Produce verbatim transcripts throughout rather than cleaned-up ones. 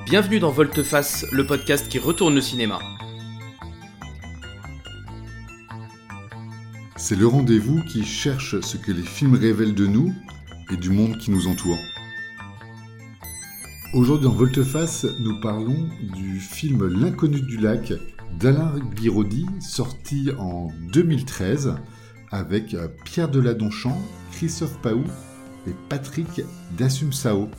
Bienvenue dans Volte-Face, le podcast qui retourne le cinéma. C'est le rendez-vous qui cherche ce que les films révèlent de nous et du monde qui nous entoure. Aujourd'hui dans Volte-Face, nous parlons du film L'inconnu du lac d'Alain Guiraudy, sorti en deux mille treize, avec Pierre Deladonchamp, Christophe Paou et Patrick Dassumsao.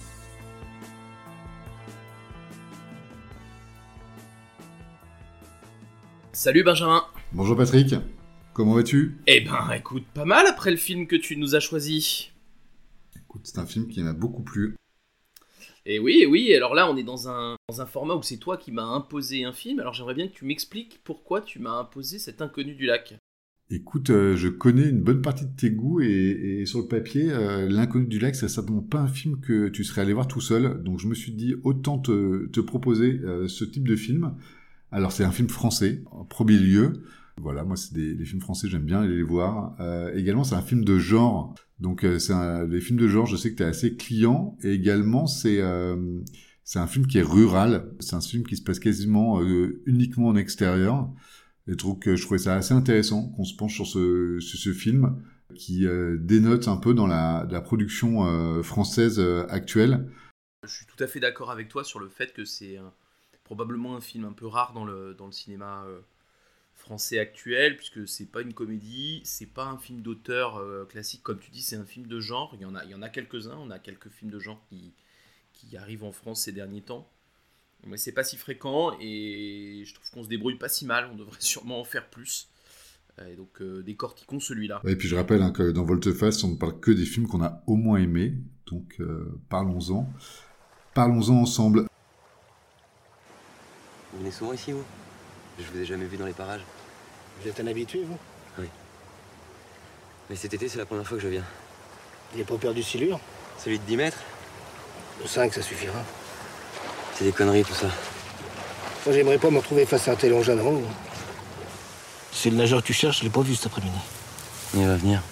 Salut Benjamin. Bonjour Patrick, comment vas-tu ? Eh ben écoute, pas mal après le film que tu nous as choisi. Écoute, c'est un film qui m'a beaucoup plu. Et oui, et oui, alors là on est dans un, dans un format où c'est toi qui m'as imposé un film, alors j'aimerais bien que tu m'expliques pourquoi tu m'as imposé cet Inconnu du lac. Écoute, euh, je connais une bonne partie de tes goûts et, et sur le papier, euh, L'inconnu du lac, c'est certainement pas un film que tu serais allé voir tout seul, donc je me suis dit autant te, te proposer euh, ce type de film. Alors c'est un film français, en premier lieu. Voilà, moi c'est des les films français, j'aime bien aller les voir. Euh, également c'est un film de genre, donc euh, c'est un, les films de genre, je sais que t'es assez client. Et également c'est euh, c'est un film qui est rural, c'est un film qui se passe quasiment euh, uniquement en extérieur. Et donc euh, je trouvais ça assez intéressant qu'on se penche sur ce sur ce film qui euh, dénote un peu dans la, la production euh, française euh, actuelle. Je suis tout à fait d'accord avec toi sur le fait que c'est un probablement un film un peu rare dans le, dans le cinéma euh, français actuel, puisque c'est pas une comédie, c'est pas un film d'auteur euh, classique, comme tu dis, c'est un film de genre. Il y en a, il y en a quelques-uns, on a quelques films de genre qui, qui arrivent en France ces derniers temps, mais c'est pas si fréquent, et je trouve qu'on se débrouille pas si mal, on devrait sûrement en faire plus. Et donc euh, décortiquons celui-là. Et puis je rappelle hein, que dans Volte-Face, on ne parle que des films qu'on a au moins aimés, donc euh, parlons-en. Parlons-en ensemble. Vous venez souvent ici, vous ? Je vous ai jamais vu dans les parages. Vous êtes un habitué, vous ? Oui. Mais cet été, c'est la première fois que je viens. Il n'est pas perdu silure ? Celui de dix mètres ? De cinq, ça suffira. C'est des conneries, tout ça. Moi, j'aimerais pas me retrouver face à un tel engin de roue. C'est le nageur que tu cherches, je l'ai pas vu cet après-midi. Il va venir.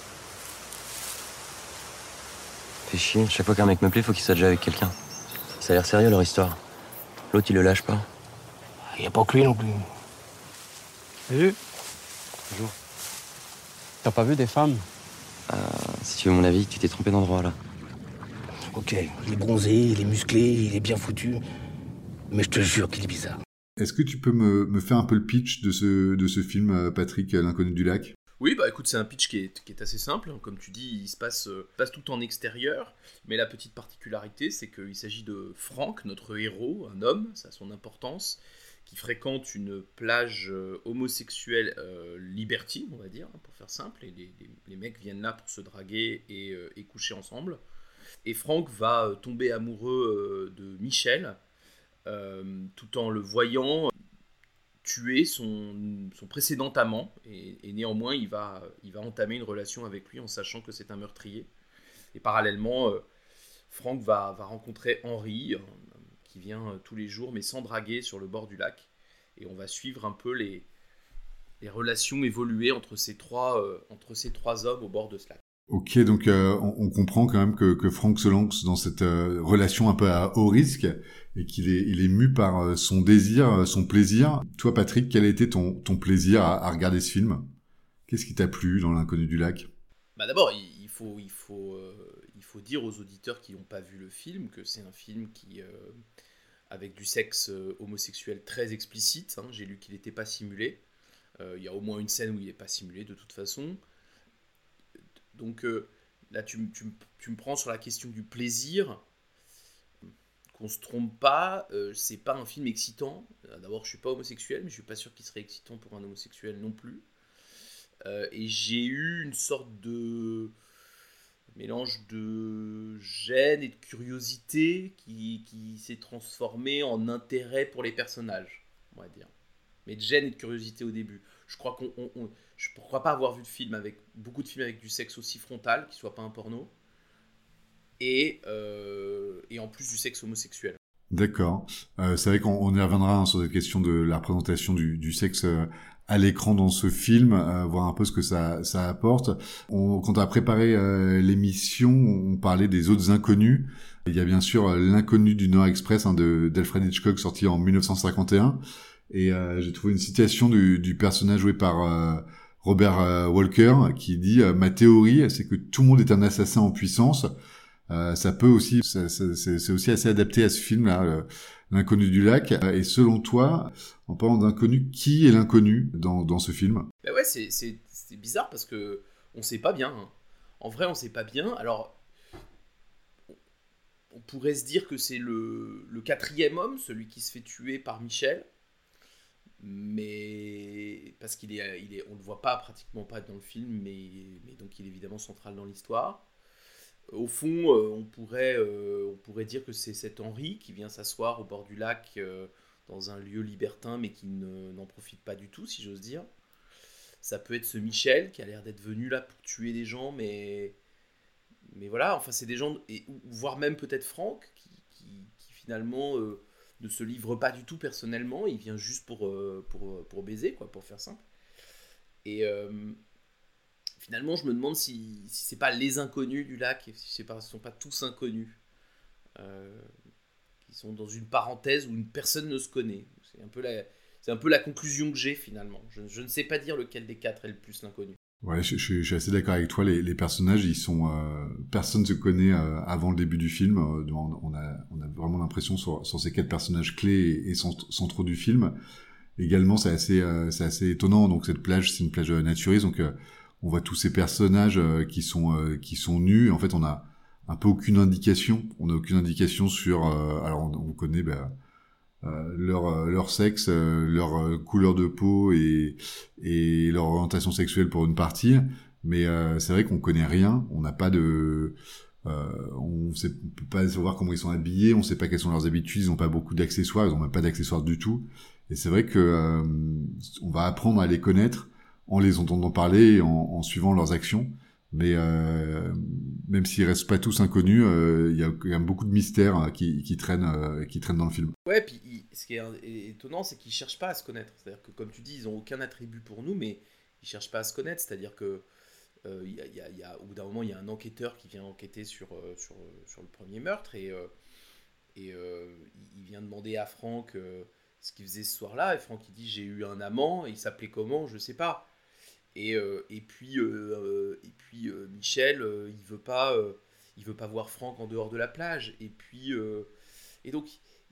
Fait chier, chaque fois qu'un mec me plaît, faut qu'il soit déjà avec quelqu'un. Ça a l'air sérieux, leur histoire. L'autre, il le lâche pas. Il n'y a pas que lui non plus. Salut. Bonjour. T'as pas vu des femmes ? Euh, si tu veux mon avis, tu t'es trompé d'endroit, là. Ok, il est bronzé, il est musclé, il est bien foutu. Mais je te jure qu'il est bizarre. Est-ce que tu peux me, me faire un peu le pitch de ce, de ce film, Patrick, L'inconnu du lac ? Oui, bah écoute, c'est un pitch qui est, qui est assez simple. Comme tu dis, il se passe, euh, passe tout en extérieur. Mais la petite particularité, c'est qu'il s'agit de Franck, notre héros, un homme, ça a son importance, qui fréquente une plage euh, homosexuelle euh, libertine, on va dire, hein, pour faire simple. Et les, les, les mecs viennent là pour se draguer et, euh, et coucher ensemble. Et Franck va euh, tomber amoureux euh, de Michel, euh, tout en le voyant tuer son, son précédent amant, et, et néanmoins il va, il va entamer une relation avec lui en sachant que c'est un meurtrier. Et parallèlement, euh, Franck va, va rencontrer Henri, euh, qui vient euh, tous les jours, mais sans draguer, sur le bord du lac. Et on va suivre un peu les, les relations évoluer entre ces, trois, euh, entre ces trois hommes au bord de ce lac. Ok, donc euh, on, on comprend quand même que, que Franck se lance dans cette euh, relation un peu à haut risque et qu'il est, il est mu par euh, son désir, euh, son plaisir. Toi, Patrick, quel a été ton, ton plaisir à, à regarder ce film ? Qu'est-ce qui t'a plu dans L'inconnu du lac ? Bah d'abord, il, il, faut, il, faut, euh, il faut dire aux auditeurs qui n'ont pas vu le film que c'est un film qui, euh, avec du sexe euh, homosexuel très explicite, hein, j'ai lu qu'il n'était pas simulé. Euh, il y a au moins une scène où il n'est pas simulé de toute façon. Donc euh, là, tu, tu, tu me prends sur la question du plaisir. Qu'on se trompe pas, euh, c'est pas un film excitant. D'abord, je suis pas homosexuel, mais je suis pas sûr qu'il serait excitant pour un homosexuel non plus. Euh, et j'ai eu une sorte de mélange de gêne et de curiosité qui, qui s'est transformé en intérêt pour les personnages, on va dire. Mais de gêne et de curiosité au début. Je crois qu'on, on, on, je ne crois pas avoir vu de film avec beaucoup de films avec du sexe aussi frontal, qui soit pas un porno. Et, euh, et en plus du sexe homosexuel. D'accord. Euh, c'est vrai qu'on on y reviendra hein, sur cette question de la représentation du, du sexe euh, à l'écran dans ce film, euh, voir un peu ce que ça, ça apporte. On, quand on a préparé euh, l'émission, on parlait des autres inconnus. Il y a bien sûr euh, L'inconnu du Nord Express, hein, de d'Alfred Hitchcock, sorti en dix-neuf cent cinquante et un. Et euh, j'ai trouvé une citation du, du personnage joué par euh, Robert euh, Walker qui dit euh, « Ma théorie, c'est que tout le monde est un assassin en puissance ». Euh, ça peut aussi, ça, ça, c'est, c'est aussi assez adapté à ce film-là, euh, L'inconnu du lac. Et selon toi, en parlant d'inconnu, qui est l'inconnu dans, dans ce film ? Ben ouais, c'est, c'est, c'est bizarre parce que on sait pas bien. Hein. En vrai, on sait pas bien. Alors, on pourrait se dire que c'est le, le quatrième homme, celui qui se fait tuer par Michel. Mais parce qu'il est, il est, on le voit pas pratiquement pas dans le film, mais, mais donc il est évidemment central dans l'histoire. Au fond, euh, on, pourrait, euh, on pourrait dire que c'est cet Henri qui vient s'asseoir au bord du lac euh, dans un lieu libertin, mais qui ne, n'en profite pas du tout, si j'ose dire. Ça peut être ce Michel qui a l'air d'être venu là pour tuer des gens, mais, mais voilà, enfin c'est des gens, et, voire même peut-être Franck, qui, qui, qui finalement euh, ne se livre pas du tout personnellement, il vient juste pour, euh, pour, pour baiser, quoi, pour faire simple. Et... Euh, Finalement, je me demande si, si c'est pas les inconnus du lac, si ce ne sont pas tous inconnus, euh, qui sont dans une parenthèse où une personne ne se connaît. C'est un peu la, c'est un peu la conclusion que j'ai finalement. Je, je ne sais pas dire lequel des quatre est le plus l'inconnu. Ouais, je, je, je suis assez d'accord avec toi. Les, les personnages, ils sont, euh, personne ne se connaît euh, avant le début du film. Euh, on, on a, on a vraiment l'impression sur, sur ces quatre personnages clés et, et centraux du film. Également, c'est assez, euh, c'est assez étonnant. Donc cette plage, c'est une plage naturiste. Donc euh, on voit tous ces personnages euh, qui sont euh, qui sont nus. En fait, on a un peu aucune indication. On n'a aucune indication sur. Euh, alors, on, on connaît bah, euh, leur euh, leur sexe, euh, leur euh, couleur de peau et et leur orientation sexuelle pour une partie. Mais euh, c'est vrai qu'on connaît rien. On n'a pas de euh, on ne peut pas savoir comment ils sont habillés. On ne sait pas quelles sont leurs habitudes. Ils n'ont pas beaucoup d'accessoires. Ils n'ont même pas d'accessoires du tout. Et c'est vrai que euh, on va apprendre à les connaître en les entendant parler et en, en suivant leurs actions. Mais euh, même s'ils restent pas tous inconnus, euh, il y a quand même beaucoup de mystères hein, qui, qui, traînent, euh, qui traînent dans le film. Ouais, puis il, ce qui est étonnant, c'est qu'ils cherchent pas à se connaître. C'est-à-dire que, comme tu dis, ils ont aucun attribut pour nous, mais ils cherchent pas à se connaître. C'est-à-dire que euh, y a, y a, y a, au bout d'un moment, il y a un enquêteur qui vient enquêter sur, euh, sur, sur le premier meurtre et, euh, et euh, il vient demander à Franck euh, ce qu'il faisait ce soir-là. Et Franck, il dit « J'ai eu un amant, et il s'appelait comment ? Je sais pas. » Et, euh, et puis, euh, et puis euh, Michel, euh, il veut pas, euh, il veut pas voir Franck en dehors de la plage. Et puis, euh, et donc,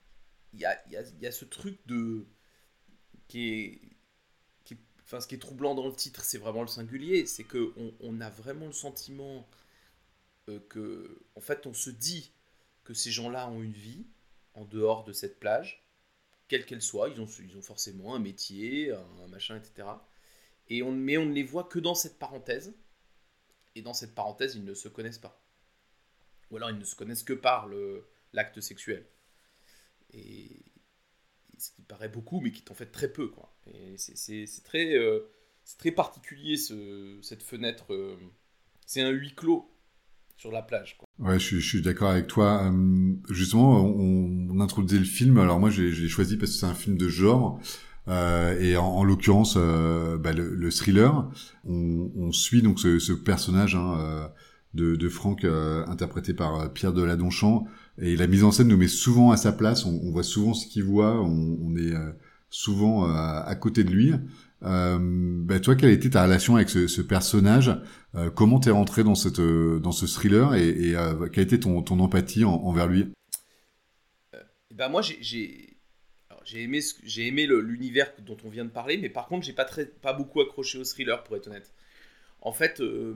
il y a, y, a, y a ce truc de qui est, qui est, enfin, ce qui est troublant dans le titre, c'est vraiment le singulier, c'est que on, on a vraiment le sentiment euh, que, en fait, on se dit que ces gens-là ont une vie en dehors de cette plage, quelle qu'elle soit. Ils ont, ils ont forcément un métier, un, un machin, et cetera. Et on, mais on ne les voit que dans cette parenthèse. Et dans cette parenthèse, ils ne se connaissent pas. Ou alors ils ne se connaissent que par le, l'acte sexuel. Et, et ce qui paraît beaucoup, mais qui est en fait très peu, quoi. Et c'est, c'est, c'est, très, euh, c'est très particulier, ce, cette fenêtre. Euh, c'est un huis clos sur la plage, quoi. Ouais, je suis, je suis d'accord avec toi. Euh, justement, on, on introduisait le film. Alors moi, j'ai, j'ai choisi parce que c'est un film de genre. Euh, et en, en l'occurrence, euh, bah, le, le thriller, on, on suit donc ce, ce personnage hein, euh, de, de Franck, euh, interprété par Pierre Deladonchamp, et la mise en scène nous met souvent à sa place. On, on voit souvent ce qu'il voit, on, on est euh, souvent euh, à côté de lui. Euh, bah, toi, quelle était ta relation avec ce, ce personnage ? euh, Comment t'es rentré dans cette dans ce thriller et, et euh, quelle était ton, ton empathie en, envers lui ? euh, bah moi, j'ai, j'ai... J'ai aimé, ce, j'ai aimé le, l'univers dont on vient de parler, mais par contre, j'ai pas, très, pas beaucoup accroché au thriller, pour être honnête. En fait, euh,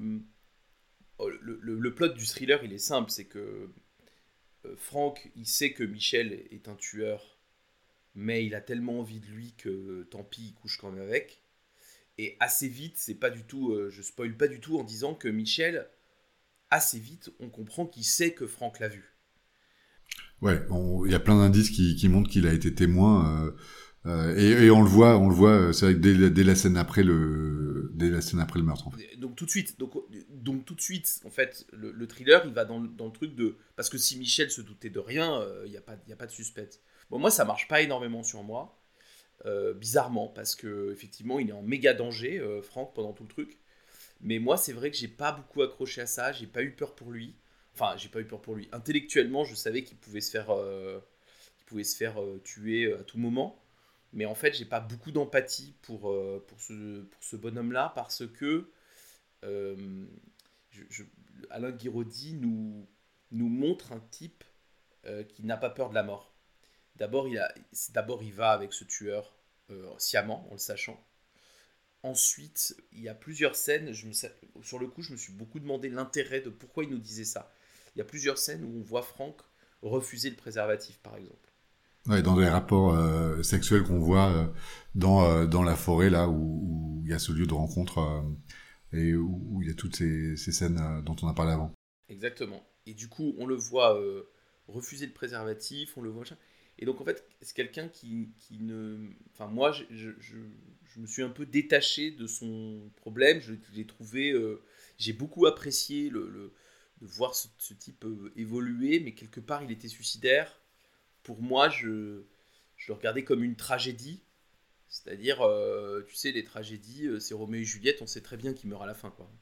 le, le, le plot du thriller, il est simple, c'est que euh, Franck, il sait que Michel est un tueur, mais il a tellement envie de lui que tant pis, il couche quand même avec. Et assez vite, c'est pas du tout, euh, je spoil pas du tout en disant que Michel, assez vite, on comprend qu'il sait que Franck l'a vu. Ouais, il y a plein d'indices qui, qui montrent qu'il a été témoin euh, euh, et, et on le voit, on le voit. C'est vrai que dès, dès la scène après le, dès la scène après le meurtre. En fait. Donc tout de suite, donc, donc tout de suite, en fait, le, le thriller, il va dans, dans le truc de parce que si Michel se doutait de rien, il euh, y a pas, il y a pas de suspense. Bon, moi, ça marche pas énormément sur moi. euh, bizarrement, parce que effectivement, il est en méga danger, euh, Franck, pendant tout le truc. Mais moi, c'est vrai que j'ai pas beaucoup accroché à ça, j'ai pas eu peur pour lui. Enfin, j'ai pas eu peur pour lui. Intellectuellement, je savais qu'il pouvait se faire, euh, qu'il pouvait se faire euh, tuer à tout moment. Mais en fait, j'ai pas beaucoup d'empathie pour, euh, pour, ce, pour ce bonhomme-là, parce que euh, je, je- Alain Guiraudy nous, nous montre un type euh, qui n'a pas peur de la mort. D'abord, il, a, d'abord, il va avec ce tueur euh, sciemment, en le sachant. Ensuite, il y a plusieurs scènes, je me, sur le coup, je me suis beaucoup demandé l'intérêt de pourquoi il nous disait ça. Il y a plusieurs scènes où on voit Franck refuser le préservatif, par exemple. Ouais, dans les rapports euh, sexuels qu'on voit euh, dans euh, dans la forêt là où où il y a ce lieu de rencontre euh, et où où il y a toutes ces ces scènes euh, dont on a parlé avant. Exactement. Et du coup, on le voit euh, refuser le préservatif, on le voit... Et donc, en fait, c'est quelqu'un qui, qui ne... Enfin, moi, je, je, je, je me suis un peu détaché de son problème. Je l'ai trouvé... euh, j'ai beaucoup apprécié le, le- de voir ce, ce type euh, évoluer, mais quelque part, il était suicidaire. Pour moi, je, je le regardais comme une tragédie. C'est-à-dire, euh, tu sais, les tragédies, euh, c'est Roméo et Juliette, on sait très bien qu'il meurt à la fin, quoi.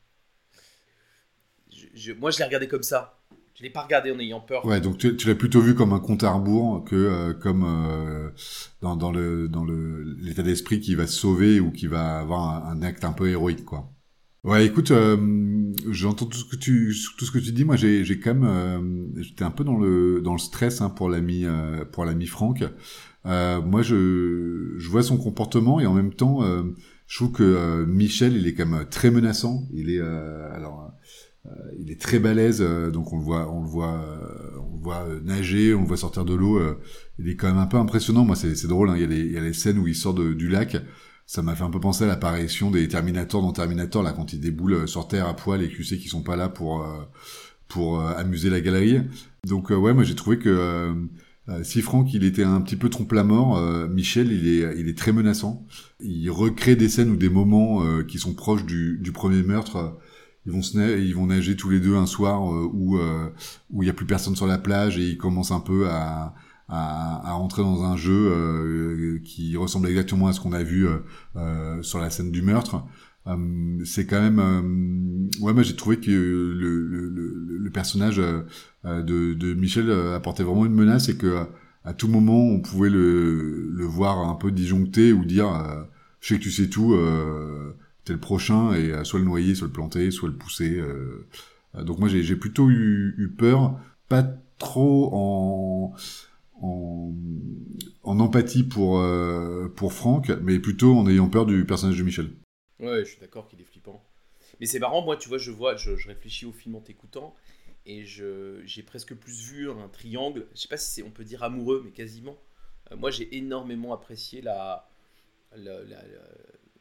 Je- je- moi, je l'ai regardé comme ça. Je l'ai pas regardé en ayant peur. Ouais, donc tu, tu l'as plutôt vu comme un compte à rebours que euh, comme euh, dans dans le dans le l'état d'esprit qui va se sauver ou qui va avoir un, un acte un peu héroïque quoi. Ouais, écoute, euh, j'entends tout ce que tu tout ce que tu dis. Moi, j'ai j'ai quand même euh, j'étais un peu dans le dans le stress hein, pour l'ami euh, pour l'ami Franck. Euh, moi, je je vois son comportement et en même temps, euh, je trouve que euh, Michel, il est quand même très menaçant. Il est euh, alors euh, il est très balèze, euh, donc on le voit on le voit euh, on le voit euh, nager, on le voit sortir de l'eau. Euh, il est quand même un peu impressionnant. Moi, c'est c'est drôle. Hein, il y a les il y a les scènes où il sort de, du lac. Ça m'a fait un peu penser à l'apparition des Terminators dans Terminator, là, quand ils déboulent sur Terre à poil et que tu sais qu'ils sont pas là pour euh, pour euh, amuser la galerie. Donc euh, ouais, moi j'ai trouvé que euh, euh, si Franck il était un petit peu trompe-la-mort, euh, Michel il est il est très menaçant. Il recrée des scènes ou des moments euh, qui sont proches du, du premier meurtre. Ils vont se na- ils vont nager tous les deux un soir euh, où euh, où il y a plus personne sur la plage et ils commencent un peu à à, à entrer dans un jeu euh, qui ressemble exactement à ce qu'on a vu euh, euh, sur la scène du meurtre. Euh, c'est quand même euh, ouais moi j'ai trouvé que le, le, le, le personnage euh, de, de Michel euh, apportait vraiment une menace et que à tout moment on pouvait le, le voir un peu disjoncter ou dire euh, je sais que tu sais tout euh, t'es le prochain et euh, soit le noyer soit le planter soit le pousser euh. Donc moi j'ai, j'ai plutôt eu, eu peur, pas trop en en, en empathie pour euh, pour Franck, mais plutôt en ayant peur du personnage de Michel. Ouais, je suis d'accord qu'il est flippant. Mais c'est marrant, moi, tu vois, je vois, je, je réfléchis au film en t'écoutant, et je, j'ai presque plus vu un triangle. Je sais pas si c'est, on peut dire amoureux, mais quasiment. Euh, moi, j'ai énormément apprécié la, la- la- la-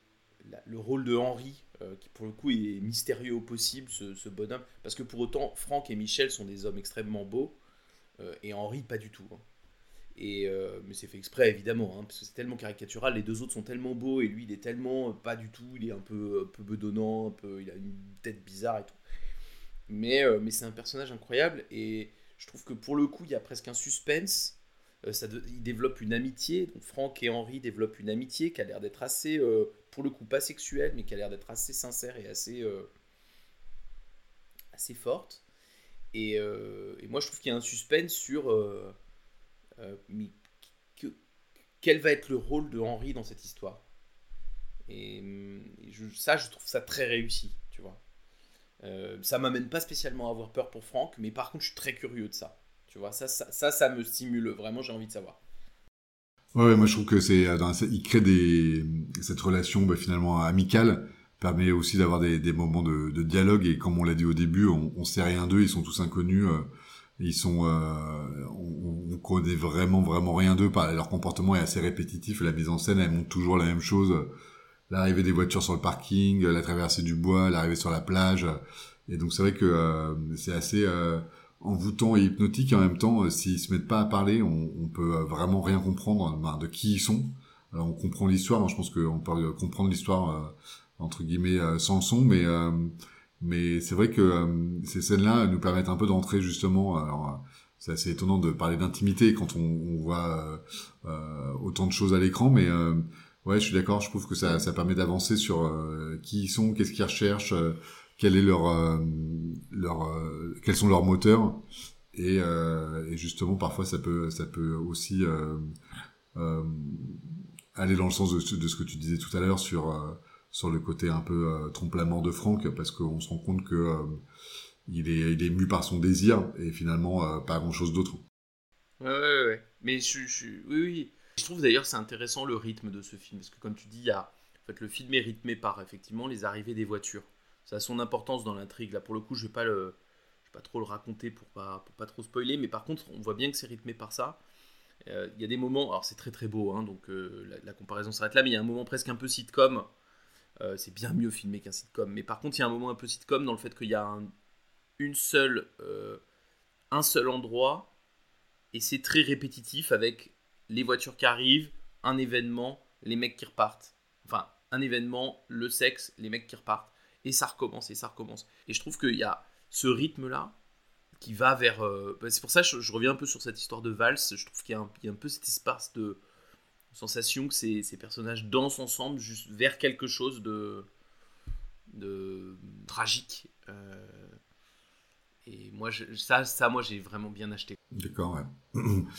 la- le rôle de Henri, euh, qui pour le coup est mystérieux au possible, ce, ce bonhomme. Parce que pour autant, Franck et Michel sont des hommes extrêmement beaux, euh, et Henri pas du tout, hein. Et euh, mais c'est fait exprès évidemment, hein, parce que c'est tellement caricatural. Les deux autres sont tellement beaux et lui il est tellement euh, pas du tout. Il est un peu, un peu bedonnant, un peu, il a une tête bizarre et tout. Mais, euh, mais c'est un personnage incroyable et je trouve que pour le coup il y a presque un suspense. Euh, ça de- il développe une amitié. Donc Franck et Henri développent une amitié qui a l'air d'être assez, euh, pour le coup pas sexuelle, mais qui a l'air d'être assez sincère et assez, euh, assez forte. Et, euh, et moi je trouve qu'il y a un suspense sur euh, euh, mais que- quel va être le rôle de Henri dans cette histoire. Et, et je- ça, je trouve ça très réussi, tu vois. Euh, ça m'amène pas spécialement à avoir peur pour Franck, mais par contre, je suis très curieux de ça. Tu vois, ça, ça, ça, ça me stimule. Vraiment, j'ai envie de savoir. Ouais, ouais, moi je trouve que c'est, euh, dans- il crée des, cette relation bah, finalement amicale, permet aussi d'avoir des, des moments de, de dialogue et comme on l'a dit au début, on, on sait rien d'eux, ils sont tous inconnus, euh, ils sont, euh, on, on connaît vraiment vraiment rien d'eux, par leur comportement est assez répétitif, la mise en scène elle montre toujours la même chose, l'arrivée des voitures sur le parking, la traversée du bois, l'arrivée sur la plage, et donc c'est vrai que euh, c'est assez euh, envoûtant et hypnotique et en même temps, euh, s'ils se mettent pas à parler, on, on peut euh, vraiment rien comprendre ben, de qui ils sont. Alors on comprend l'histoire, hein, je pense qu'on peut euh, comprendre l'histoire euh, entre guillemets euh, sans le son, mais euh, mais c'est vrai que euh, ces scènes-là nous permettent un peu d'entrer justement. Alors, euh, c'est assez étonnant de parler d'intimité quand on, on voit euh, euh, autant de choses à l'écran, mais euh, ouais, je suis d'accord. Je trouve que ça, ça permet d'avancer sur euh, qui ils sont, qu'est-ce qu'ils recherchent, euh, quel est leur, euh, leur, euh, quels sont leurs moteurs, et, euh, et justement parfois ça peut, ça peut aussi euh, euh, aller dans le sens de, de ce que tu disais tout à l'heure sur euh, sur le côté un peu euh, trompe-la-mort de Franck, parce qu'on se rend compte que euh, il est il est mu par son désir et finalement euh, pas grand-chose d'autre. Ouais, ouais, ouais. Mais je, je, oui, oui. Je trouve d'ailleurs c'est intéressant le rythme de ce film, parce que comme tu dis, il y a, en fait, le film est rythmé par effectivement les arrivées des voitures. Ça a son importance dans l'intrigue. Là, pour le coup, je vais pas le, je vais pas trop le raconter pour pas, pour pas trop spoiler, mais par contre, on voit bien que c'est rythmé par ça. Il euh, y a des moments, alors c'est très très beau, hein, donc euh, la, la comparaison s'arrête là, mais il y a un moment presque un peu sitcom. Euh, c'est bien mieux filmé qu'un sitcom, mais par contre, il y a un moment un peu sitcom dans le fait qu'il y a un, une seule, euh, un seul endroit, et c'est très répétitif avec les voitures qui arrivent, un événement, les mecs qui repartent. Enfin, un événement, le sexe, les mecs qui repartent. Et ça recommence, et ça recommence. Et je trouve qu'il y a ce rythme-là qui va vers... Euh, c'est pour ça que je, je reviens un peu sur cette histoire de valse. Je trouve qu'il y a un, il y a un peu cet espace de sensation que ces, ces personnages dansent ensemble juste vers quelque chose de, de tragique. Euh, et moi, je, ça, ça, moi, j'ai vraiment bien acheté. D'accord, ouais.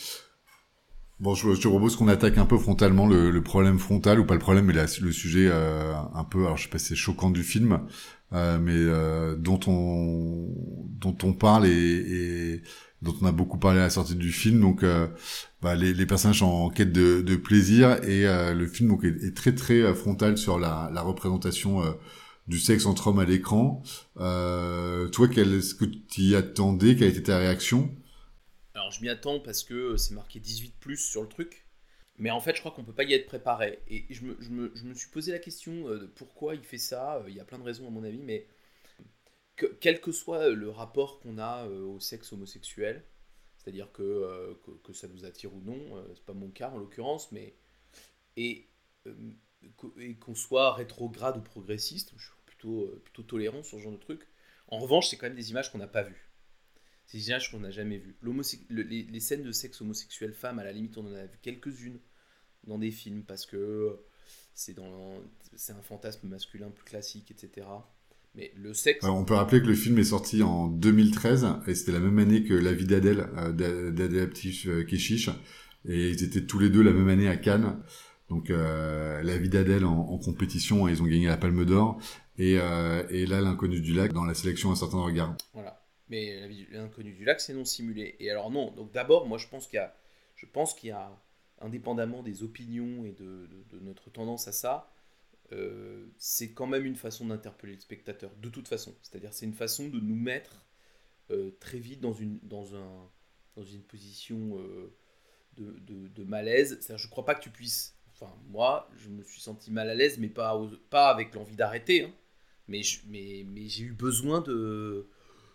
Bon, je, je te propose qu'on attaque un peu frontalement le, le problème frontal, ou pas le problème, mais la, le sujet euh, un peu, alors je sais pas si c'est choquant du film, euh, mais euh, dont on dont on parle et, et dont on a beaucoup parlé à la sortie du film. Donc, euh, bah, les, les personnages sont en quête de, de plaisir, et euh, le film donc est, est très très frontal sur la, la représentation euh, du sexe entre hommes à l'écran. Euh, toi, quel, est-ce que tu y attendais? Quelle a été ta réaction? Alors je m'y attends parce que c'est marqué dix-huit plus sur le truc, mais en fait je crois qu'on peut pas y être préparé. Et je me, je me, je me suis posé la question de pourquoi il fait ça. Il y a plein de raisons à mon avis, mais que, quel que soit le rapport qu'on a au sexe homosexuel, c'est-à-dire que, euh, que, que ça nous attire ou non, euh, c'est pas mon cas en l'occurrence, mais et, euh, et qu'on soit rétrograde ou progressiste, je suis plutôt, plutôt tolérant sur ce genre de truc. En revanche, c'est quand même des images qu'on n'a pas vues. C'est des images qu'on n'a jamais vues. Le, les, les scènes de sexe homosexuel femme, à la limite, on en a vu quelques-unes dans des films parce que c'est, dans, c'est un fantasme masculin plus classique, et cetera. Mais le sexe... Alors, on peut rappeler que le film est sorti en deux mille treize, et c'était la même année que La vie d'Adèle, euh, d'Adèle Aptif Keshish, et ils étaient tous les deux la même année à Cannes. Donc, euh, La vie d'Adèle en, en compétition, ils ont gagné la Palme d'Or, et, euh, et là, L'Inconnu du lac dans la sélection Un certain regard. Voilà. Mais L'Inconnu du lac, c'est non simulé. Et alors non, donc d'abord, moi je pense qu'il y a, je pense qu'il y a indépendamment des opinions et de, de, de notre tendance à ça, euh, c'est quand même une façon d'interpeller le spectateur, de toute façon. C'est-à-dire c'est une façon de nous mettre euh, très vite dans une, dans un, dans une position euh, de, de, de malaise. C'est-à-dire je ne crois pas que tu puisses... Enfin, moi, je me suis senti mal à l'aise, mais pas, aux, pas avec l'envie d'arrêter. Hein. Mais, je, mais, mais j'ai eu besoin de...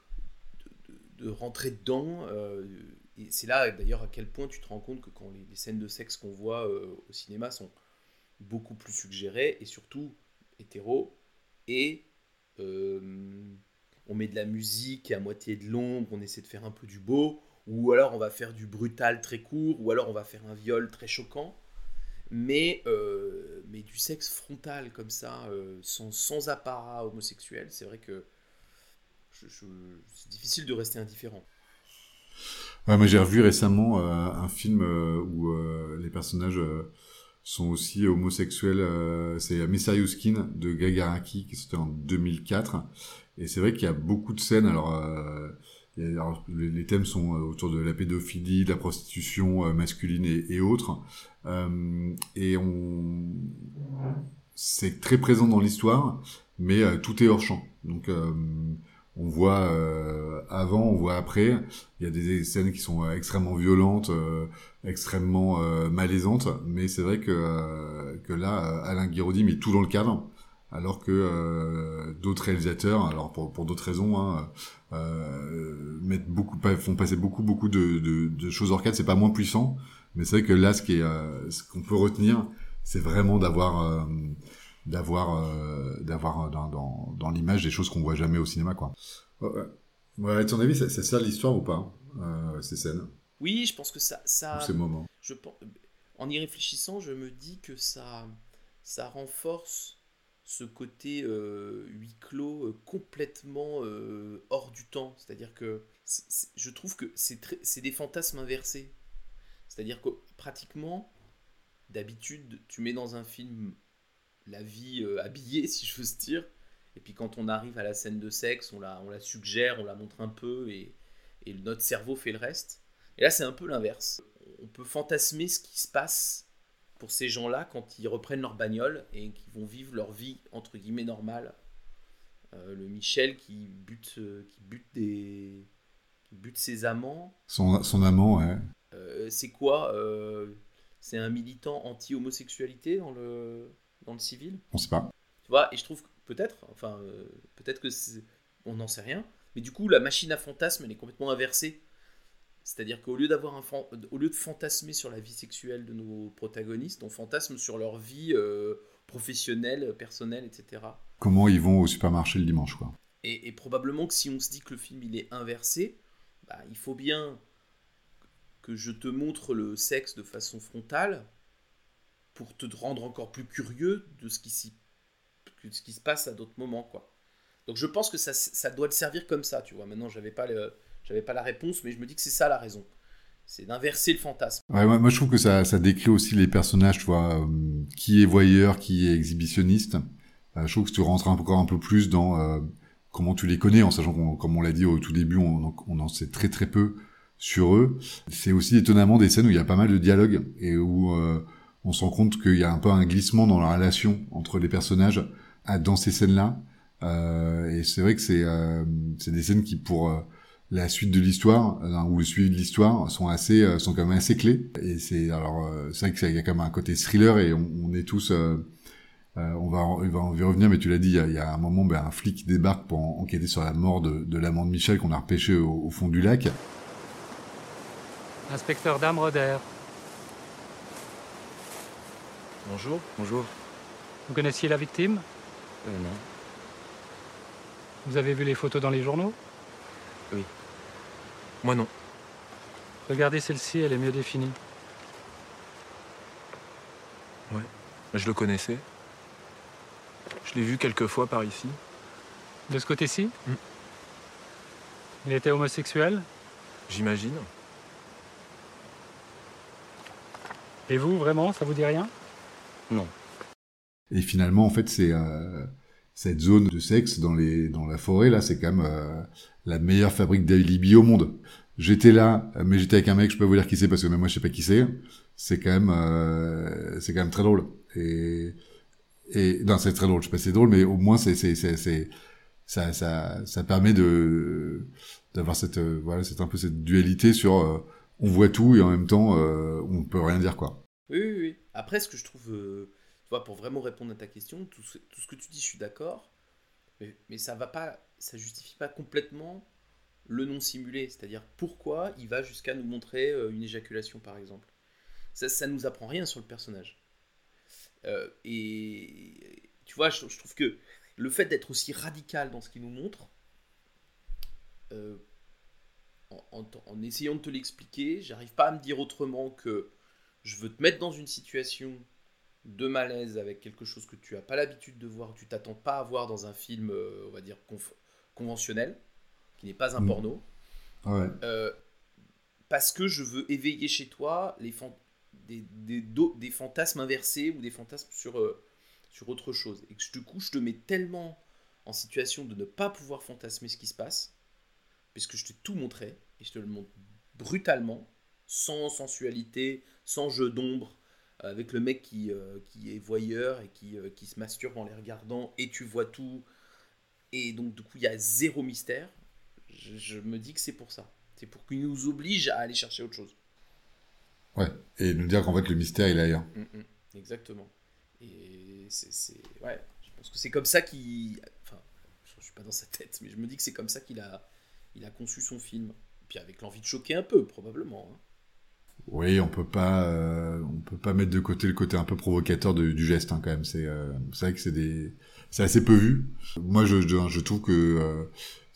de rentrer dedans, euh, et c'est là d'ailleurs à quel point tu te rends compte que quand les, les scènes de sexe qu'on voit euh, au cinéma sont beaucoup plus suggérées, et surtout hétéro, et euh, on met de la musique à moitié de l'ombre, on essaie de faire un peu du beau, ou alors on va faire du brutal très court, ou alors on va faire un viol très choquant, mais, euh, mais du sexe frontal comme ça, euh, sans, sans apparat homosexuel, c'est vrai que Je, je, c'est difficile de rester indifférent. Ouais, moi j'ai revu récemment euh, un film euh, où euh, les personnages euh, sont aussi homosexuels. Euh, c'est Mysterious Skin de Guy Garacki qui sortait en deux mille quatre. Et c'est vrai qu'il y a beaucoup de scènes. Alors, euh, il y a, alors les, les thèmes sont autour de la pédophilie, de la prostitution euh, masculine et, et autres. Euh, et on, c'est très présent dans l'histoire, mais euh, tout est hors champ. Donc euh, on voit euh, avant, on voit après. Il y a des scènes qui sont euh, extrêmement violentes, euh, extrêmement euh, malaisantes, mais c'est vrai que euh, que là, Alain Guiraudie met tout dans le cadre, alors que euh, d'autres réalisateurs, alors pour pour d'autres raisons, hein, euh, mettent beaucoup, font passer beaucoup beaucoup de de, de choses hors cadre. C'est pas moins puissant, mais c'est vrai que là, ce qui est, euh, ce qu'on peut retenir, c'est vraiment d'avoir euh, d'avoir euh, d'avoir dans, dans dans l'image des choses qu'on voit jamais au cinéma, quoi. Ouais, ouais. À ton avis, c'est, c'est ça l'histoire ou pas? euh, ces scènes. Oui, je pense que ça... ça ou ces moments. je pense, en y réfléchissant, je me dis que ça, ça renforce ce côté euh, huis clos euh, complètement euh, hors du temps. C'est-à-dire que c'est- c'est- je trouve que c'est très- c'est des fantasmes inversés. C'est-à-dire que pratiquement, d'habitude, tu mets dans un film la vie euh, habillée, si j'ose dire, et puis quand on arrive à la scène de sexe, on la, on la suggère, on la montre un peu, et, et notre cerveau fait le reste. Et là, c'est un peu l'inverse. On peut fantasmer ce qui se passe pour ces gens-là quand ils reprennent leur bagnole et qu'ils vont vivre leur vie, entre guillemets, normale. Euh, le Michel qui bute, euh, qui bute des... qui bute ses amants. Son, son amant, ouais. Euh, c'est quoi euh, C'est un militant anti-homosexualité dans le, dans le civil, On sait pas. tu vois, et je trouve que peut-être, enfin, euh, peut-être que c'est, on n'en sait rien, mais du coup, la machine à fantasme, elle est complètement inversée. C'est-à-dire qu'au lieu d'avoir un fan- au lieu de fantasmer sur la vie sexuelle de nos protagonistes, on fantasme sur leur vie euh, professionnelle, personnelle, et cetera. Comment ils vont au supermarché le dimanche, quoi. Et, et probablement que si on se dit que le film il est inversé, bah, il faut bien que je te montre le sexe de façon frontale pour te rendre encore plus curieux de ce qui, s'y- de ce qui se passe à d'autres moments, quoi. Donc je pense que ça, ça doit te servir comme ça, tu vois. Maintenant, j'avais pas, le, j'avais pas la réponse, mais je me dis que c'est ça la raison. C'est d'inverser le fantasme. Ouais, moi, moi, je trouve que ça, ça décrit aussi les personnages, tu vois, euh, qui est voyeur, qui est exhibitionniste. Euh, je trouve que tu rentres encore un peu plus dans euh, comment tu les connais, en sachant qu'on, comme on l'a dit au tout début, on, en- on en sait très très peu sur eux. C'est aussi étonnamment des scènes où il y a pas mal de dialogues et où euh, on se rend compte qu'il y a un peu un glissement dans la relation entre les personnages à, dans ces scènes-là. Euh, et c'est vrai que c'est euh, c'est des scènes qui, pour euh, la suite de l'histoire euh, ou le suivi de l'histoire, sont assez euh, sont quand même assez clés. Et c'est alors euh, c'est vrai qu'il y a quand même un côté thriller et on, on est tous euh, euh, on va en- on va en y revenir, mais tu l'as dit, il y a, il y a un moment, ben, un flic qui débarque pour en- enquêter sur la mort de, de l'amant de Michel qu'on a repêché au, au fond du lac. Inspecteur Damroder, Bonjour. Bonjour. vous connaissiez la victime? Euh, non. Vous avez vu les photos dans les journaux? Moi non. Regardez celle-ci, elle est mieux définie. Mais je le connaissais. Je l'ai vu quelques fois par ici. De ce côté-ci? Mm. Il était homosexuel? J'imagine. Et vous, vraiment, ça vous dit rien? Non. Et finalement, en fait, c'est euh, cette zone de sexe dans les dans la forêt là, c'est quand même euh, la meilleure fabrique d'alibi au monde. J'étais là, mais j'étais avec un mec, je peux pas vous dire qui c'est parce que même moi je sais pas qui c'est. C'est quand même euh, c'est quand même très drôle. Et et non, c'est très drôle. Je sais pas si c'est drôle, mais au moins c'est c'est c'est, c'est ça ça ça permet de d'avoir cette euh, voilà, c'est un peu cette dualité sur euh, on voit tout et en même temps euh, on peut rien dire, quoi. Oui, oui, oui. Après, ce que je trouve, euh, tu vois, pour vraiment répondre à ta question, tout ce, tout ce que tu dis, je suis d'accord, mais, mais ça va pas, ça justifie pas complètement le non simulé. C'est-à-dire pourquoi il va jusqu'à nous montrer euh, une éjaculation, par exemple. Ça, ça nous apprend rien sur le personnage. Euh, et tu vois, je, je trouve que le fait d'être aussi radical dans ce qu'il nous montre, euh, en, en- en essayant de te l'expliquer, j'arrive pas à me dire autrement que je veux te mettre dans une situation de malaise avec quelque chose que tu n'as pas l'habitude de voir, que tu t'attends pas à voir dans un film, euh, on va dire, conf- conventionnel, qui n'est pas un Mm. porno, Ouais. euh, parce que je veux éveiller chez toi les fan- des, des, do- des fantasmes inversés ou des fantasmes sur, euh, sur autre chose. Et que du coup, je te mets tellement en situation de ne pas pouvoir fantasmer ce qui se passe, puisque je t'ai tout montré, et je te le montre brutalement, sans sensualité, sans jeu d'ombre, avec le mec qui, euh, qui est voyeur et qui, euh, qui se masturbe en les regardant, et tu vois tout, et donc du coup il y a zéro mystère. Je, je me dis que c'est pour ça. C'est pour qu'il nous oblige à aller chercher autre chose. Ouais. Et nous dire qu'en fait le mystère il est ailleurs. Mm, mm, exactement. Et c'est, c'est... Ouais, je pense que c'est comme ça qu'il... Enfin, je suis pas dans sa tête, mais je me dis que c'est comme ça qu'il a, il a conçu son film. Puis avec l'envie de choquer un peu, probablement. Hein. Oui, on peut pas, euh, on peut pas mettre de côté le côté un peu provocateur de- du geste, hein, quand même. C'est, euh, c'est vrai que c'est des, c'est assez peu vu. Moi, je, je, je trouve que euh,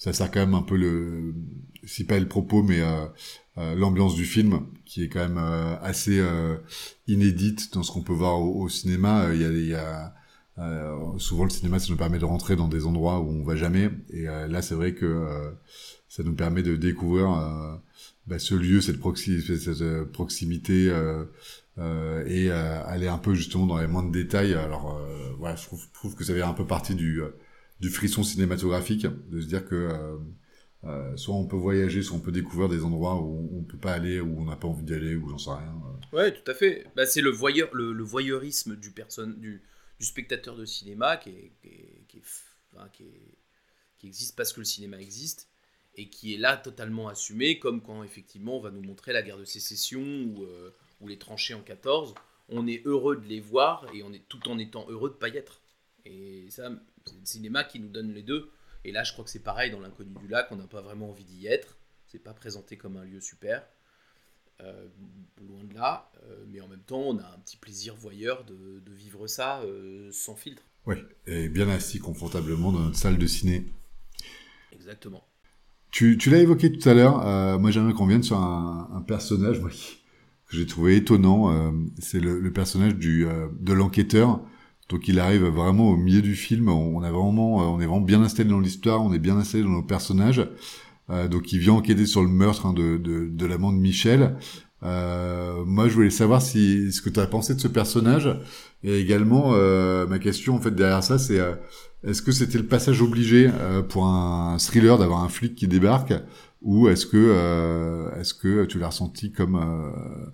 ça sert quand même un peu le, si pas le propos, mais euh, euh, l'ambiance du film, qui est quand même euh, assez euh, inédite dans ce qu'on peut voir au, au cinéma. Il y a, il y a euh, souvent le cinéma, ça nous permet de rentrer dans des endroits où on va jamais, et euh, là c'est vrai que euh, ça nous permet de découvrir euh, bah, ce lieu, cette, proxi- cette proximité, euh, euh, et euh, aller un peu justement dans les moindres détails. Alors euh, voilà, je trouve, je trouve que ça fait un peu partie du euh, du frisson cinématographique, de se dire que euh, euh, soit on peut voyager, soit on peut découvrir des endroits où on peut pas aller, où on n'a pas envie d'y aller, ou j'en sais rien. Ouais, tout à fait. Bah, c'est le, voyeur, le, le voyeurisme du, person, du, du spectateur de cinéma qui, est, qui, est, qui, est, enfin, qui, est, qui existe parce que le cinéma existe, et qui est là totalement assumé, comme quand effectivement on va nous montrer la guerre de sécession ou, euh, ou les tranchées en quatorze. On est heureux de les voir, et on est tout en étant heureux de ne pas y être. Et ça, c'est le cinéma qui nous donne les deux. Et là, je crois que c'est pareil dans l'Inconnu du lac, on n'a pas vraiment envie d'y être. C'est pas présenté comme un lieu super. Euh, loin de là, euh, mais en même temps on a un petit plaisir voyeur de, de vivre ça euh, sans filtre. Oui, et bien assis confortablement dans notre salle de ciné. Exactement. Tu, tu l'as évoqué tout à l'heure, euh, moi j'aimerais qu'on vienne sur un, un personnage moi, qui, que j'ai trouvé étonnant, euh, c'est le, le personnage du, euh, de l'enquêteur. Donc il arrive vraiment au milieu du film, on, a vraiment, on est vraiment bien installé dans l'histoire, on est bien installé dans nos personnages. Euh, donc il vient enquêter sur le meurtre hein, de, de, de l'amant de Michel. Euh, moi je voulais savoir si ce que tu as pensé de ce personnage, et également euh, ma question en fait derrière ça c'est euh, est-ce que c'était le passage obligé euh, pour un thriller d'avoir un flic qui débarque, ou est-ce que euh, est-ce que tu l'as ressenti comme euh,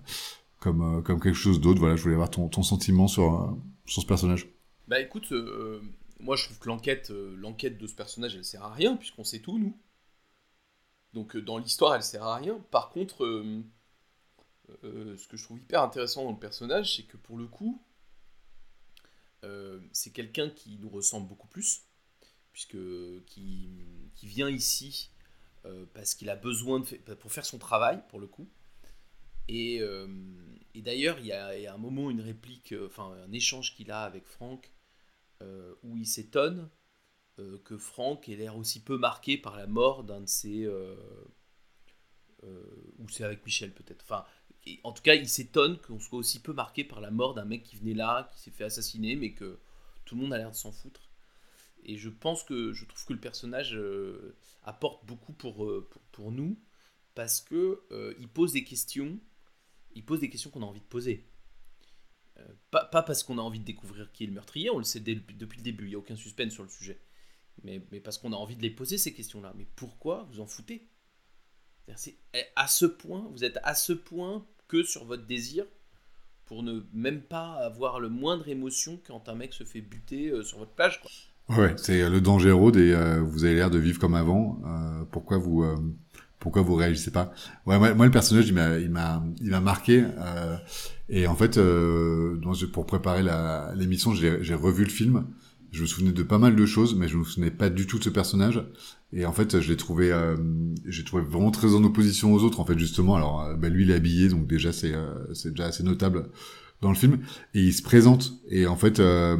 comme euh, comme quelque chose d'autre. Voilà, je voulais avoir ton, ton sentiment sur euh, sur ce personnage. Bah écoute, euh, moi je trouve que l'enquête euh, l'enquête de ce personnage elle sert à rien puisqu'on sait tout nous. Donc euh, dans l'histoire, elle sert à rien. Par contre, euh, euh, ce que je trouve hyper intéressant dans le personnage, c'est que pour le coup, euh, c'est quelqu'un qui nous ressemble beaucoup plus, puisque qui, qui vient ici euh, parce qu'il a besoin de fa- pour faire son travail, pour le coup. Et, euh, et d'ailleurs, il y, a, il y a un moment, une réplique, euh, enfin un échange qu'il a avec Franck, euh, où il s'étonne euh, que Franck ait l'air aussi peu marqué par la mort d'un de ses... Euh, euh, ou c'est avec Michel peut-être. Enfin, et en tout cas, il s'étonne qu'on soit aussi peu marqué par la mort d'un mec qui venait là, qui s'est fait assassiner, mais que tout le monde a l'air de s'en foutre. Et je pense que je trouve que le personnage euh, apporte beaucoup pour, euh, pour, pour nous, parce que euh, il pose des questions, il pose des questions qu'on a envie de poser. Euh, pas, pas parce qu'on a envie de découvrir qui est le meurtrier, on le sait dès, depuis le début, il n'y a aucun suspense sur le sujet. Mais, mais parce qu'on a envie de les poser ces questions-là. Mais pourquoi vous en foutez ? C'est à ce point, vous êtes à ce point que sur votre désir pour ne même pas avoir le moindre émotion quand un mec se fait buter euh, sur votre plage, quoi. Ouais, c'est le danger road et euh, vous avez l'air de vivre comme avant. Euh, pourquoi vous euh, pourquoi vous réagissez pas ? Ouais, moi, moi le personnage il m'a il m'a il m'a marqué euh, et en fait euh, donc, pour préparer la l'émission j'ai j'ai revu le film. Je me souvenais de pas mal de choses, mais je me souvenais pas du tout de ce personnage. Et en fait, je l'ai trouvé, euh, j'ai trouvé vraiment très en opposition aux autres, en fait, justement. Alors, euh, bah, lui, il est habillé, donc déjà, c'est, euh, c'est déjà assez notable dans le film. Et il se présente. Et en fait, euh,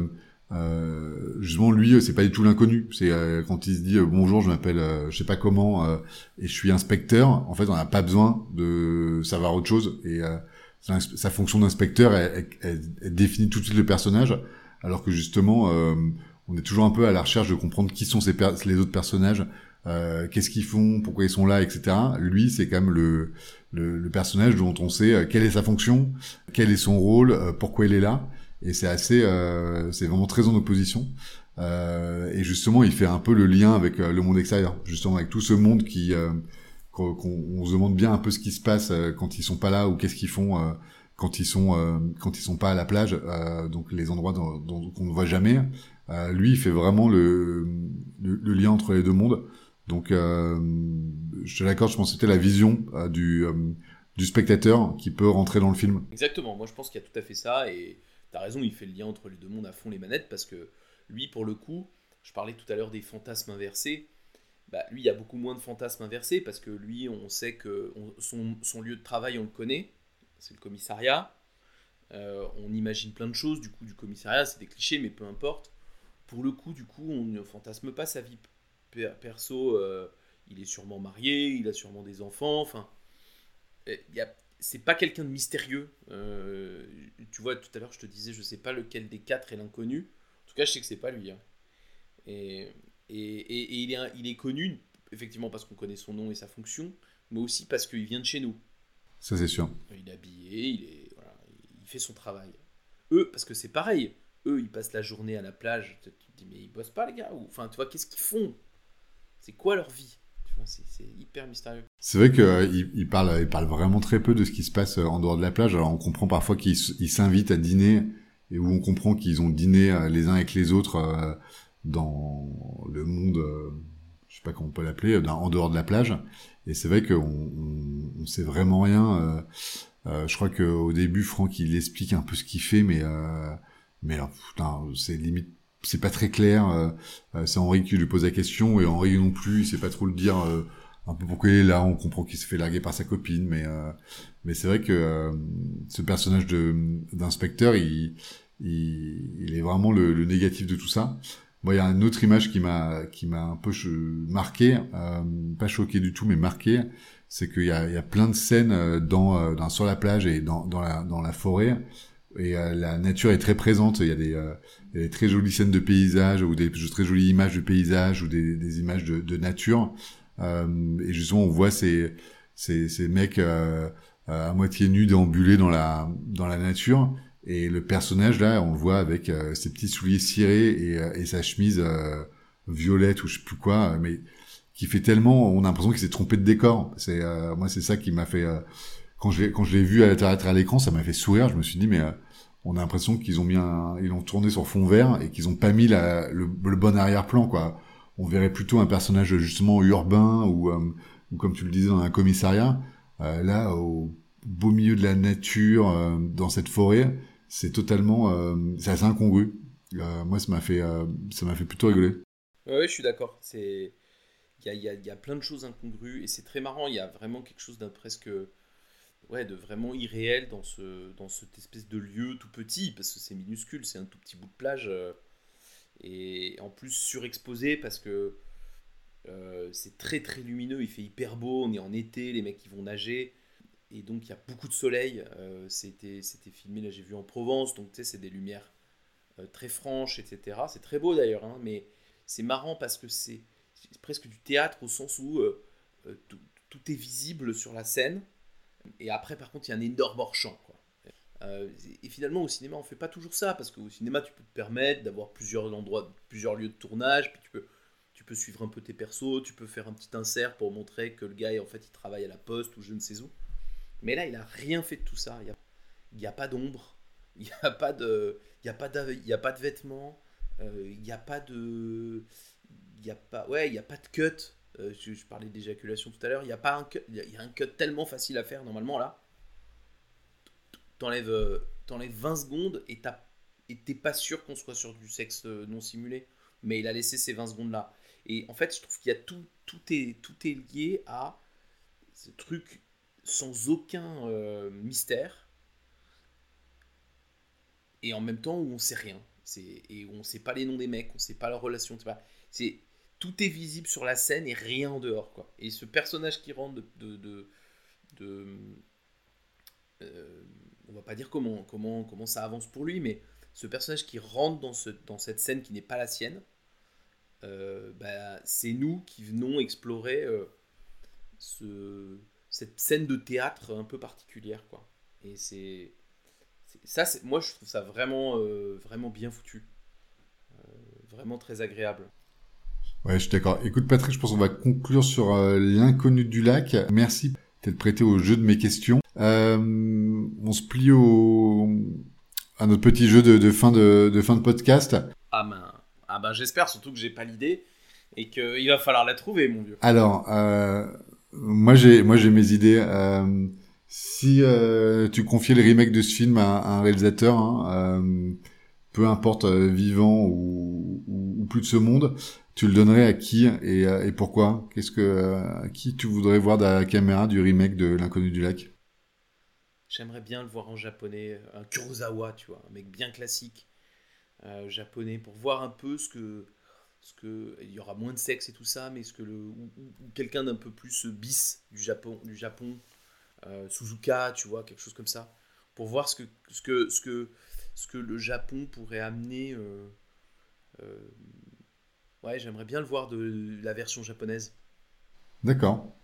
euh, justement, lui, c'est pas du tout l'inconnu. C'est euh, quand il se dit euh, bonjour, je m'appelle, euh, je sais pas comment, euh, et je suis inspecteur. En fait, on n'a pas besoin de savoir autre chose. Et euh, sa, sa fonction d'inspecteur, elle, elle, elle, elle définit tout de suite le personnage. Alors que justement, euh, on est toujours un peu à la recherche de comprendre qui sont ces per- les autres personnages, euh, qu'est-ce qu'ils font, pourquoi ils sont là, et cetera. Lui, c'est quand même le, le, le personnage dont on sait euh, quelle est sa fonction, quel est son rôle, euh, pourquoi il est là. Et c'est assez, euh, c'est vraiment très en opposition. Euh, et justement, il fait un peu le lien avec euh, le monde extérieur, justement avec tout ce monde qui, euh, qu'on, qu'on se demande bien un peu ce qui se passe euh, quand ils sont pas là ou qu'est-ce qu'ils font. Euh, quand ils sont euh, quand ils sont pas à la plage, euh, donc les endroits dont, dont, qu'on ne voit jamais. Euh, lui, il fait vraiment le, le, le lien entre les deux mondes. Donc, euh, je te l'accorde, je pense que c'était la vision euh, du, euh, du spectateur qui peut rentrer dans le film. Exactement, moi je pense qu'il y a tout à fait ça, et t'as raison, il fait le lien entre les deux mondes à fond les manettes, parce que lui, pour le coup, je parlais tout à l'heure des fantasmes inversés, bah, lui, il y a beaucoup moins de fantasmes inversés, parce que lui, on sait que on, son, son lieu de travail, on le connaît, c'est le commissariat. Euh, on imagine plein de choses du coup du commissariat, c'est des clichés, mais peu importe. Pour le coup, du coup, on ne fantasme pas sa vie perso. Euh, il est sûrement marié, il a sûrement des enfants, enfin, il y a, c'est pas quelqu'un de mystérieux. Euh, tu vois, tout à l'heure, je te disais, je sais pas lequel des quatre est l'inconnu. En tout cas, je sais que c'est pas lui. Hein. Et, et, et, et il, est, il est connu, effectivement, parce qu'on connaît son nom et sa fonction, mais aussi parce qu'il vient de chez nous. Ça, c'est sûr. Il est habillé, il, est, voilà, il fait son travail. Eux, parce que c'est pareil, eux, ils passent la journée à la plage. Tu te dis, mais ils bossent pas, les gars. Ou, enfin, tu vois, qu'est-ce qu'ils font? C'est quoi leur vie? Tu vois, c'est, c'est hyper mystérieux. C'est vrai qu'il euh, il parle, il parle vraiment très peu de ce qui se passe en dehors de la plage. Alors, on comprend parfois qu'ils ils s'invitent à dîner, et où on comprend qu'ils ont dîné euh, les uns avec les autres euh, dans le monde, euh, je sais pas comment on peut l'appeler, euh, en dehors de la plage. Et c'est vrai qu'on on, on sait vraiment rien. Euh, euh, je crois qu'au début, Franck, il explique un peu ce qu'il fait, mais euh, mais alors, putain, c'est limite, c'est pas très clair. Euh, c'est Henri qui lui pose la question, et Henri non plus, il sait pas trop le dire. Euh, un peu pourquoi il est là, on comprend qu'il se fait larguer par sa copine, mais euh, mais c'est vrai que euh, ce personnage de d'inspecteur, il, il il est vraiment le, le négatif de tout ça. Moi, il y a une autre image qui m'a qui m'a un peu marqué, euh, pas choqué du tout, mais marqué, c'est qu'il y a il y a plein de scènes dans, dans sur la plage et dans dans la dans la forêt, et euh, la nature est très présente. Il y a des euh, il y a des très jolies scènes de paysages, ou des très jolies images de paysages, ou des des images de de nature. Euh, et justement, on voit ces ces ces mecs euh, à moitié nus déambuler dans la dans la nature. Et le personnage, là, on le voit avec euh, ses petits souliers cirés et, euh, et sa chemise euh, violette ou je sais plus quoi, mais qui fait tellement, on a l'impression qu'il s'est trompé de décor. C'est euh, moi, c'est ça qui m'a fait, euh, quand je l'ai quand je l'ai vu apparaître à l'écran, ça m'a fait sourire. Je me suis dit, mais euh, on a l'impression qu'ils ont mis un, ils l'ont tourné sur fond vert et qu'ils ont pas mis la, le, le bon arrière-plan, quoi. On verrait plutôt un personnage justement urbain ou, euh, ou comme tu le disais, dans un commissariat. Euh, là, au beau milieu de la nature, euh, dans cette forêt, c'est totalement, euh, c'est assez incongru. Euh, moi, ça m'a fait, euh, ça m'a fait plutôt rigoler. Ouais, ouais, je suis d'accord. C'est, il y a, il y a, il y a plein de choses incongrues et c'est très marrant. Il y a vraiment quelque chose d'un presque, ouais, de vraiment irréel dans ce, dans cette espèce de lieu tout petit, parce que c'est minuscule, c'est un tout petit bout de plage euh, et en plus surexposé parce que euh, c'est très très lumineux. Il fait hyper beau. On est en été, les mecs ils vont nager. Et donc il y a beaucoup de soleil, euh, c'était, c'était filmé, là j'ai vu en Provence, donc tu sais c'est des lumières euh, très franches, et cetera. C'est très beau d'ailleurs, hein, mais c'est marrant parce que c'est, c'est presque du théâtre au sens où euh, euh, tout, tout est visible sur la scène, et après par contre il y a un énorme hors-champ, quoi. Euh, et finalement au cinéma on fait pas toujours ça, parce qu'au cinéma tu peux te permettre d'avoir plusieurs endroits, plusieurs lieux de tournage, puis tu peux, tu peux suivre un peu tes persos, tu peux faire un petit insert pour montrer que le gars en fait il travaille à la poste ou je ne sais où. Mais là, il n'a rien fait de tout ça. Il n'y a, il y a pas d'ombre, il n'y a pas de, il y a pas de, il y a pas de vêtements, euh, il n'y a pas de, il y a pas, ouais, il y a pas de cut. Euh, je, je parlais d'éjaculation tout à l'heure. Il y a pas un cut, il y a, il y a un cut tellement facile à faire normalement là. T'enlèves, euh, t'enlèves vingt secondes et t'as, et t'es pas sûr qu'on soit sur du sexe non simulé. Mais il a laissé ces vingt secondes là. Et en fait, je trouve qu'il y a tout, tout est, tout est lié à ce truc sans aucun euh, mystère, et en même temps où on sait rien, c'est, et où on sait pas les noms des mecs, on sait pas leur relation, c'est pas, c'est, tout est visible sur la scène et rien en dehors, quoi. Et ce personnage qui rentre de, de, de, de euh, on va pas dire comment, comment, comment ça avance pour lui, mais ce personnage qui rentre dans, ce, dans cette scène qui n'est pas la sienne, euh, bah, c'est nous qui venons explorer euh, ce cette scène de théâtre un peu particulière, quoi. Et c'est, c'est ça, c'est, moi je trouve ça vraiment, euh, vraiment bien foutu, euh, vraiment très agréable. Ouais, je suis d'accord. Écoute Patrick, je pense qu'on va conclure sur euh, l'inconnu du lac. Merci d'être prêté au jeu de mes questions. Euh, on se plie au à notre petit jeu de, de fin de, de fin de podcast. Ah ben, ah ben j'espère surtout que j'ai pas l'idée et qu'il va falloir la trouver, mon vieux. Alors. Euh... Moi j'ai moi j'ai mes idées. Euh, si euh, tu confiais le remake de ce film à, à un réalisateur, hein, euh, peu importe euh, vivant ou, ou, ou plus de ce monde, tu le donnerais à qui et, et pourquoi? Qu'est-ce que euh, qui tu voudrais voir dans la caméra du remake de L'Inconnu du lac? J'aimerais bien le voir en japonais, un Kurosawa, tu vois, un mec bien classique, euh, japonais, pour voir un peu ce que est-ce que il y aura moins de sexe et tout ça, mais est-ce que le ou, ou- ou quelqu'un d'un peu plus bis du Japon, du Japon, euh, Suzuka, tu vois, quelque chose comme ça, pour voir ce que ce que ce que ce que le Japon pourrait amener. euh, euh, ouais, j'aimerais bien le voir de la version japonaise. D'accord.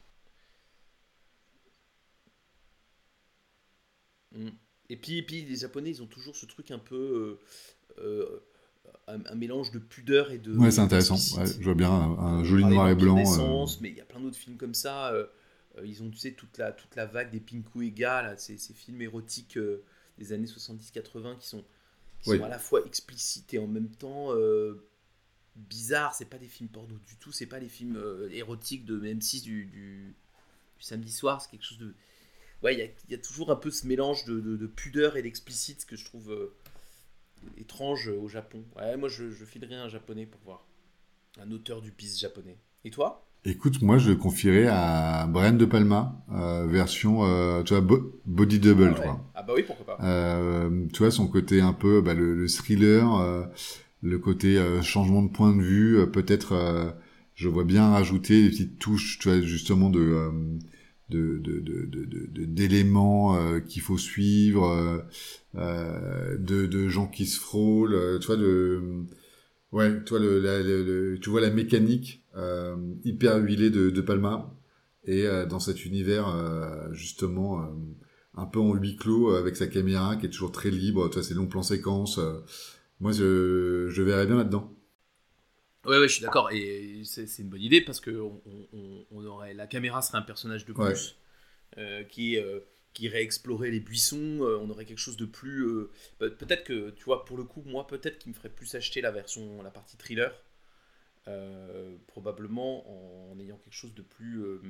Mm. Et puis, et puis les Japonais, ils ont toujours ce truc un peu euh, euh, un, un mélange de pudeur et de Ouais, c'est et intéressant. d'explicite. Ouais, je vois bien un, un On joli parlait noir et d'Empire blanc. euh, d'essence, mais il y a plein d'autres films comme ça. euh, euh, ils ont, tu sais, toute la, toute la vague des Pinku Ega, là, ces, ces films érotiques euh, des années soixante-dix quatre-vingts qui sont, qui Oui. sont à la fois explicites et en même temps euh, bizarres. C'est pas des films porno du tout, c'est pas les films euh, érotiques de M six du, du, du samedi soir, c'est quelque chose de. Ouais, il y a, il y a toujours un peu ce mélange de, de, de pudeur et d'explicite que je trouve euh, étrange au Japon. Ouais, moi je, je filerais un japonais pour voir. Un auteur du bis japonais. Et toi? Écoute, moi, je le confierais à Brian De Palma, euh, version, euh, tu vois, bo- Body Double, Ah tu ouais. vois. Ah bah oui, pourquoi pas. Euh, tu vois, son côté un peu, bah, le, le thriller, euh, le côté euh, changement de point de vue, euh, peut-être, euh, je vois bien rajouter des petites touches, tu vois, justement de euh, de de de de- de- de- d'éléments euh, qu'il faut suivre, euh, euh, de de gens qui se frôlent, euh, tu vois, de ouais, tu vois le, la- le- le- tu vois la mécanique euh, hyper huilée de, de Palma et euh, dans cet univers euh, justement euh, un peu en huis clos euh, avec sa caméra qui est toujours très libre, tu vois ces longs plans séquences. euh, moi, je je verrais bien là-dedans. Ouais, ouais, je suis d'accord. Et c'est c'est une bonne idée parce que on, on- on aurait, la caméra serait un personnage de Ouais. plus euh, qui, euh, qui irait explorer les buissons. euh, on aurait quelque chose de plus. euh, Pe- peut-être que, tu vois, pour le coup, moi, peut-être qu'il me ferait plus acheter la version, la partie thriller. euh, probablement en, en ayant quelque chose de plus. euh,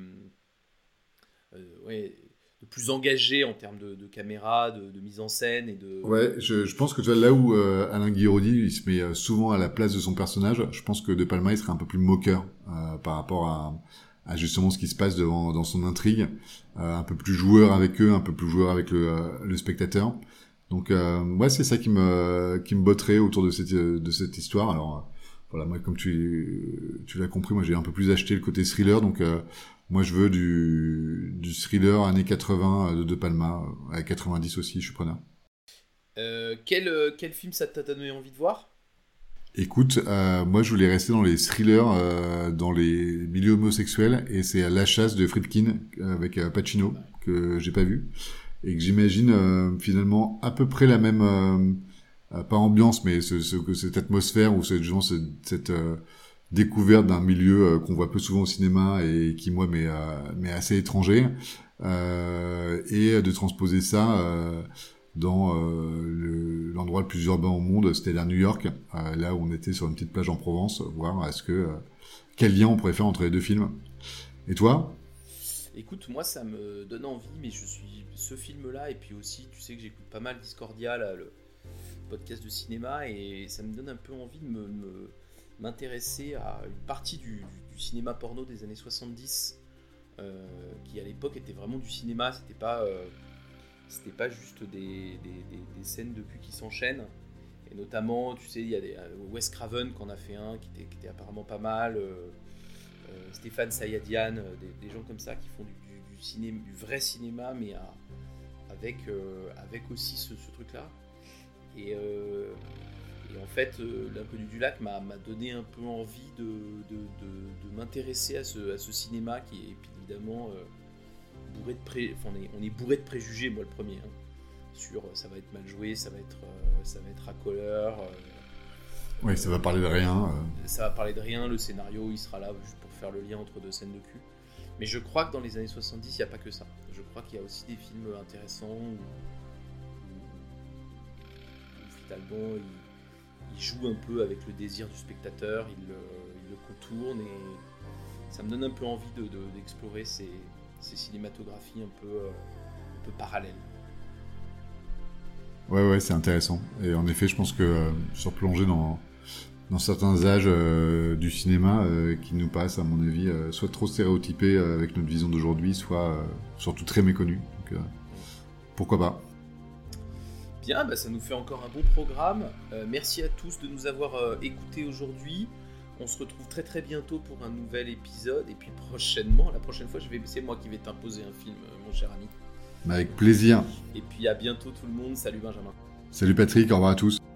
euh, ouais, de plus engagé en termes de, de caméra, de, de mise en scène et de. Ouais, je, je pense que tu vois là où euh, Alain Guiraudy il se met euh, souvent à la place de son personnage, je pense que De Palma il serait un peu plus moqueur euh, par rapport à, à justement ce qui se passe devant, dans son intrigue, euh, un peu plus joueur avec eux, un peu plus joueur avec le, euh, le spectateur. Donc euh, ouais, c'est ça qui me qui me botterait autour de cette de cette histoire. Alors euh, voilà, moi comme tu tu l'as compris, moi j'ai un peu plus acheté le côté thriller, donc euh, moi je veux du du thriller années quatre-vingts de De Palma, euh, à quatre-vingt-dix aussi, je suis preneur. Euh, quel, euh, quel film ça t'a donné envie de voir? Écoute, euh, moi je voulais rester dans les thrillers, euh, dans les milieux homosexuels, et c'est La Chasse de Friedkin euh, avec euh, Pacino que j'ai pas vu et que j'imagine euh, finalement à peu près la même, euh, euh, pas ambiance, mais ce, ce, que cette atmosphère ou cette, genre, cette, cette euh, découverte d'un milieu euh, qu'on voit peu souvent au cinéma et qui moi m'est euh, m'est assez étranger, euh, et de transposer ça. Euh, dans euh, le- l'endroit le plus urbain au monde, c'est-à-dire New York, euh, là où on était sur une petite plage en Provence, voir est-ce que euh, quel lien on pourrait faire entre les deux films. Et toi? Écoute, moi ça me donne envie, mais je suis ce film-là, et puis aussi, tu sais que j'écoute pas mal Discordia, là, le podcast de cinéma, et ça me donne un peu envie de me, me- m'intéresser à une partie du, du- du cinéma porno des années soixante-dix, euh, qui à l'époque était vraiment du cinéma, c'était pas, euh, c'était pas juste des, des- des- des scènes de cul qui s'enchaînent. Et notamment, tu sais, il y a des, euh, Wes Craven qu'on a fait un qui était, qui était apparemment pas mal. euh, euh, Stéphane Sayadian, euh, des, des gens comme ça qui font du, du, du cinéma, du vrai cinéma, mais à- avec, euh, avec aussi ce, ce truc-là. Et, euh, et en fait, euh, L'Inconnu du lac m'a, m'a donné un peu envie de, de, de- de m'intéresser à ce, à ce cinéma qui est évidemment euh, bourré de pré... enfin, on, est, on est bourré de préjugés, moi le premier. hein, sur euh, ça va être mal joué, ça va être, euh, ça va être racoleur. euh, Oui, ça va parler de rien. euh. Ça va parler de rien, le scénario il sera là juste pour faire le lien entre deux scènes de cul. Mais je crois que dans les années soixante-dix, il n'y a pas que ça. Je crois qu'il y a aussi des films intéressants où, où- où finalement il, il joue un peu avec le désir du spectateur, il le, il le contourne, et ça me donne un peu envie de, de- d'explorer ces, ces cinématographies un peu, euh, un peu parallèles. Ouais, ouais, c'est intéressant. Et en effet, je pense que euh, se replonger dans, dans certains âges euh, du cinéma euh, qui nous passent, à mon avis, euh, soit trop stéréotypés euh, avec notre vision d'aujourd'hui, soit euh, surtout très méconnus. Donc, euh, pourquoi pas? Bien, bah ça nous fait encore un bon programme. Euh, merci à tous de nous avoir euh, écoutés aujourd'hui. On se retrouve très très bientôt pour un nouvel épisode. Et puis prochainement, la prochaine fois, je vais, c'est moi qui vais t'imposer un film, mon cher ami. Avec plaisir. Et puis à bientôt tout le monde. Salut Benjamin. Salut Patrick, au revoir à tous.